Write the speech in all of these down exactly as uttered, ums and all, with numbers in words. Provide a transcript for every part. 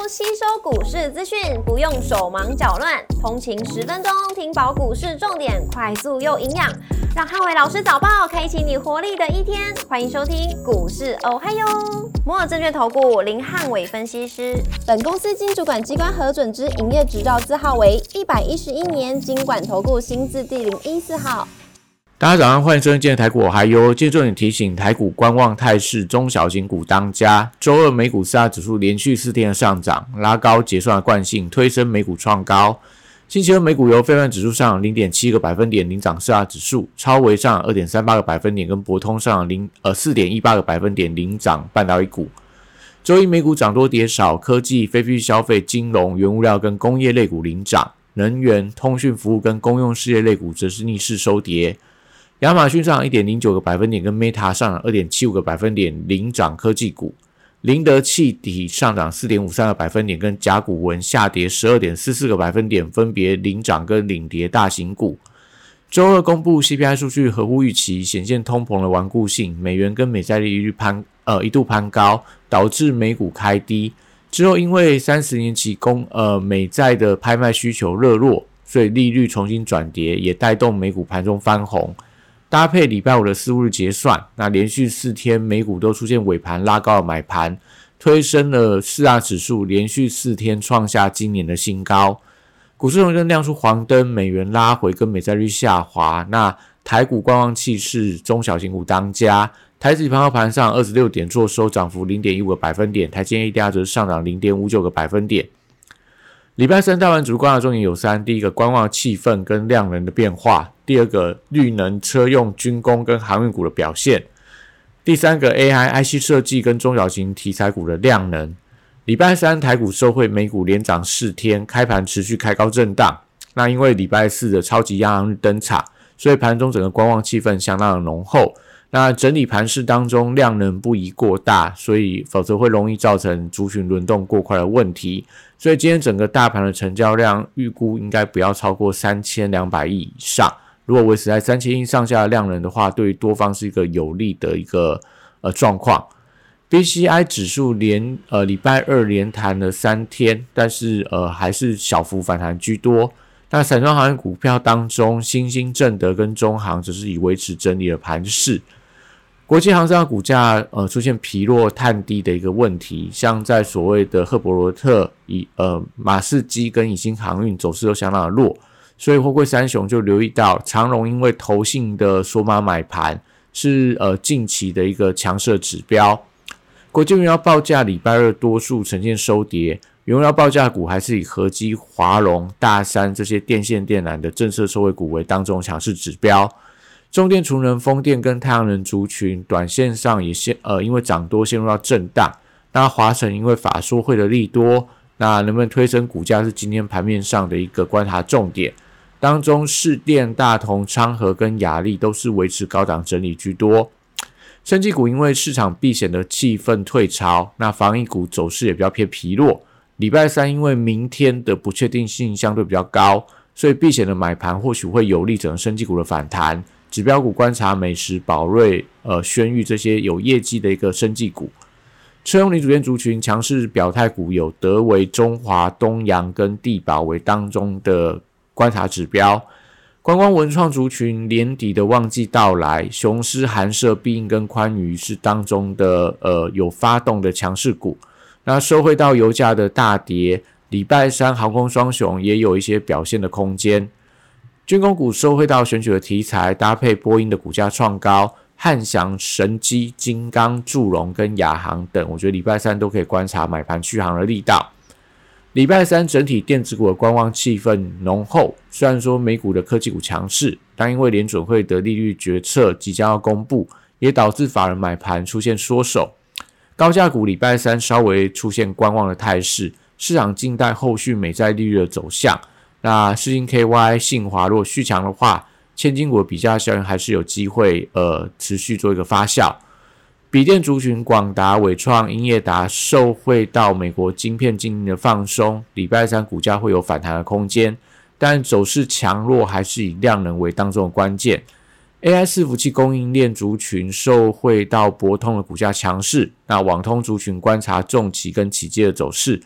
吸收股市资讯，不用手忙脚乱，通勤十分钟听饱股市重点，快速又营养，让汉伟老师早报开启你活力的一天。欢迎收听股市哦嗨哟，摩尔证券投顾林汉伟分析师。本公司经主管机关核准之营业执照字号为一百一十一年金管投顾新字第零一四号。 大家早上，欢迎收听今天的台股我嗨哟。今天重点提醒，台股观望态势，中小型股当家。周二美股四大指数连续四天的上涨，拉高结算的惯性，推升美股创高。星期二美股由费半指数上涨 零点七 个百分点领涨四大指数，超微上涨 二点三八 个百分点，跟博通上涨呃 四点一八 个百分点领涨半导体股。周一美股涨多跌少，科技、非必需消费、金融、原物料跟工业类股领涨，能源、通讯服务跟公用事业类股则是逆势收跌。亚马逊上涨 一点零九 个百分点，跟 Meta 上涨 二点七五 个百分点领涨科技股。林德气体上涨 四点五三 个百分点，跟甲骨文下跌 十二点四四 个百分点，分别领涨跟领跌大型股。周二公布 C P I 数据合乎预期，显现通膨的顽固性，美元跟美债利率攀呃一度攀高，导致美股开低。之后因为三十年期公呃美债的拍卖需求热络，所以利率重新转跌，也带动美股盘中翻红。搭配礼拜五的四五日结算，那连续四天美股都出现尾盘拉高的买盘，推升了四大指数，连续四天创下今年的新高。股市红灯亮出黄灯，美元拉回跟美债率下滑，那台股观望气势，中小型股当家。台指盘后盘上二十六点做收，涨幅 零点一五 个百分点，台积电 A D R 则上涨 零点五九 个百分点。礼拜三大盘指数观察重点有三：第一个，观望气氛跟量能的变化；第二个，绿能、车用、军工跟航运股的表现；第三个 ，A I、I C 设计跟中小型题材股的量能。礼拜三台股受惠美股连涨四天，开盘持续开高震荡。那因为礼拜四的超级央行日登场，所以盘中整个观望气氛相当的浓厚。那整理盘势当中量能不宜过大，所以否则会容易造成族群轮动过快的问题。所以今天整个大盘的成交量预估应该不要超过三千两百亿以上。如果维持在三千亿上下的量能的话，对于多方是一个有利的一个呃状况。B C I 指数连呃礼拜二连弹了三天，但是呃还是小幅反弹居多。那散装航运股票当中，新兴、正德跟中航则是以维持整理的盘势。国际航商的股价呃出现疲弱探低的一个问题，像在所谓的赫伯罗特、以呃马士基跟以新航运走势都相当的弱，所以货柜三雄就留意到长荣因为投信的索码买盘是呃近期的一个强势指标。国际原料报价礼拜二多数呈现收跌，原料报价股还是以合基、华荣、大山这些电线电缆的政策受惠股为当中强势指标。中电、储能、风电跟太阳能族群短线上也陷呃因为涨多陷入到震荡。那华城因为法说会的利多，那能不能推升股价是今天盘面上的一个观察重点。当中士电、大同、昌河跟亚力都是维持高档整理居多。生技股因为市场避险的气氛退潮，那防疫股走势也比较偏疲弱。礼拜三因为明天的不确定性相对比较高，所以避险的买盘或许会有利整个生技股的反弹。指标股观察美食、宝瑞、呃轩誉这些有业绩的一个生技股。车用零组件族群强势表态股有德微、中华、东阳跟地保为当中的观察指标。观光文创族群年底的旺季到来，雄狮、寒舍、必应跟宽娱是当中的呃有发动的强势股。那受惠到油价的大跌，礼拜三航空双雄也有一些表现的空间。军工股受惠到选举的题材，搭配波音的股价创高，汉翔、神机、金刚、祝融跟亚航等，我觉得礼拜三都可以观察买盘续航的力道。礼拜三整体电子股的观望气氛浓厚，虽然说美股的科技股强势，但因为联准会的利率决策即将要公布，也导致法人买盘出现缩手。高价股礼拜三稍微出现观望的态势，市场静待后续美债利率的走向。那世芯 K Y、信华如果续强的话，千金股的比价效应还是有机会呃持续做一个发酵。笔电族群广达、伟创、英业达受惠到美国晶片禁令的放松，礼拜三股价会有反弹的空间，但走势强弱还是以量能为当中的关键。A I 伺服器供应链族群受惠到博通的股价强势，那网通族群观察重企跟企业的走势。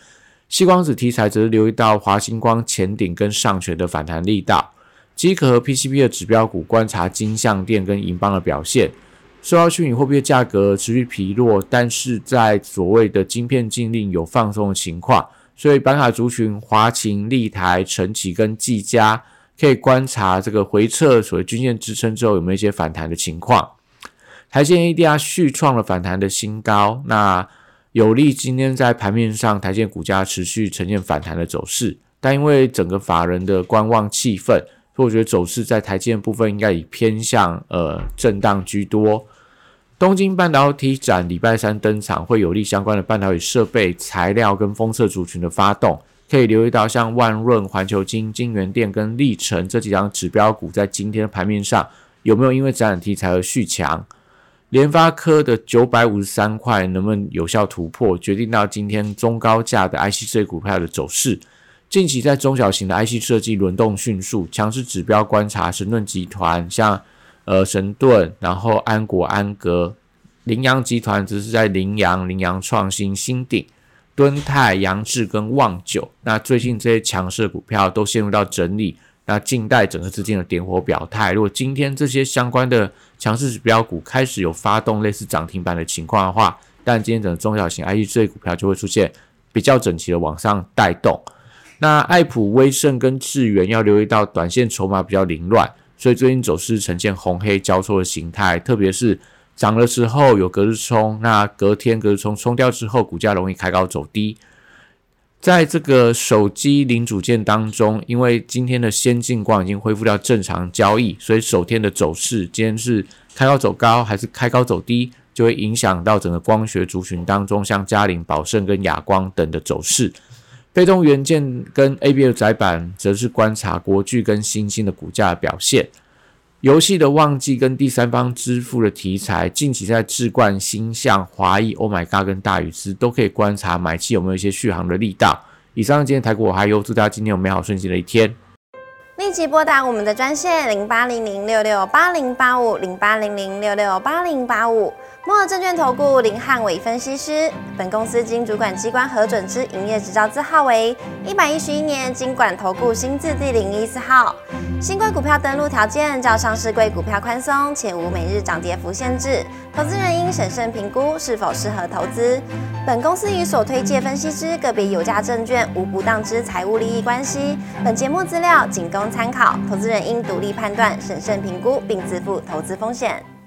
矽光子题材则是留意到华星光、前鼎跟上权的反弹力道。机壳和 P C B 的指标股观察金像电跟银邦的表现，受到虚拟货币的价格持续疲弱，但是在所谓的晶片禁令有放松的情况，所以板卡族群华擎、立台、晨起跟技嘉可以观察这个回撤所谓均线支撑之后有没有一些反弹的情况。台积电 A D R 续创了反弹的新高，那有利今天在盘面上台积电股价持续呈现反弹的走势，但因为整个法人的观望气氛，所以我觉得走势在台积电部分应该以偏向呃震荡居多。东京半导体展礼拜三登场，会有利相关的半导体设备、材料跟封测族群的发动，可以留意到像万润、环球晶、晶圆电跟力成这几张指标股在今天的盘面上有没有因为展览题材而续强。联发科的九百五十三块能不能有效突破，决定到今天中高价的 I C 设计股票的走势。近期在中小型的 I C 设计轮动迅速，强势指标观察神盾集团，像呃神盾，然后安国、安格，羚羊集团只是在羚羊、羚羊创新、新鼎、敦泰、扬智跟旺九。那最近这些强势的股票都陷入到整理，那静待整个资金的点火表态。如果今天这些相关的强势指标股开始有发动类似涨停板的情况的话，但今天整个中小型 I C 设计股票就会出现比较整齐的往上带动。那爱普、威盛跟智原要留意到短线筹码比较凌乱，所以最近走势呈现红黑交错的形态，特别是涨的时候有隔日冲，那隔天隔日冲冲掉之后，股价容易开高走低。在这个手机零组件当中，因为今天的先进光已经恢复到正常交易，所以首天的走势今天是开高走高还是开高走低，就会影响到整个光学族群当中像嘉陵、宝盛跟亚光等的走势。被动元件跟 A B F 载板则是观察国巨跟新兴的股价的表现。游戏的旺季跟第三方支付的题材，近期在智冠、星象、华谊、Oh My God 跟大宇资都可以观察买气有没有一些续航的力道。以上今天台股我还有，祝大家今天有美好顺心的一天。 立即拨打我们的专线零八零零六六八零八五零八零零六六八零八五。摩尔证券投顾林汉伟分析师，本公司经主管机关核准之营业执照字号为一百一十一年金管投顾新字第零一四号。新规股票登录条件较上市柜股票宽松，且无每日涨跌幅限制，投资人应审慎评估是否适合投资。本公司与所推介分析之个别有价证券无不当之财务利益关系。本节目资料仅供参考，投资人应独立判断、审慎评估，并自负投资风险。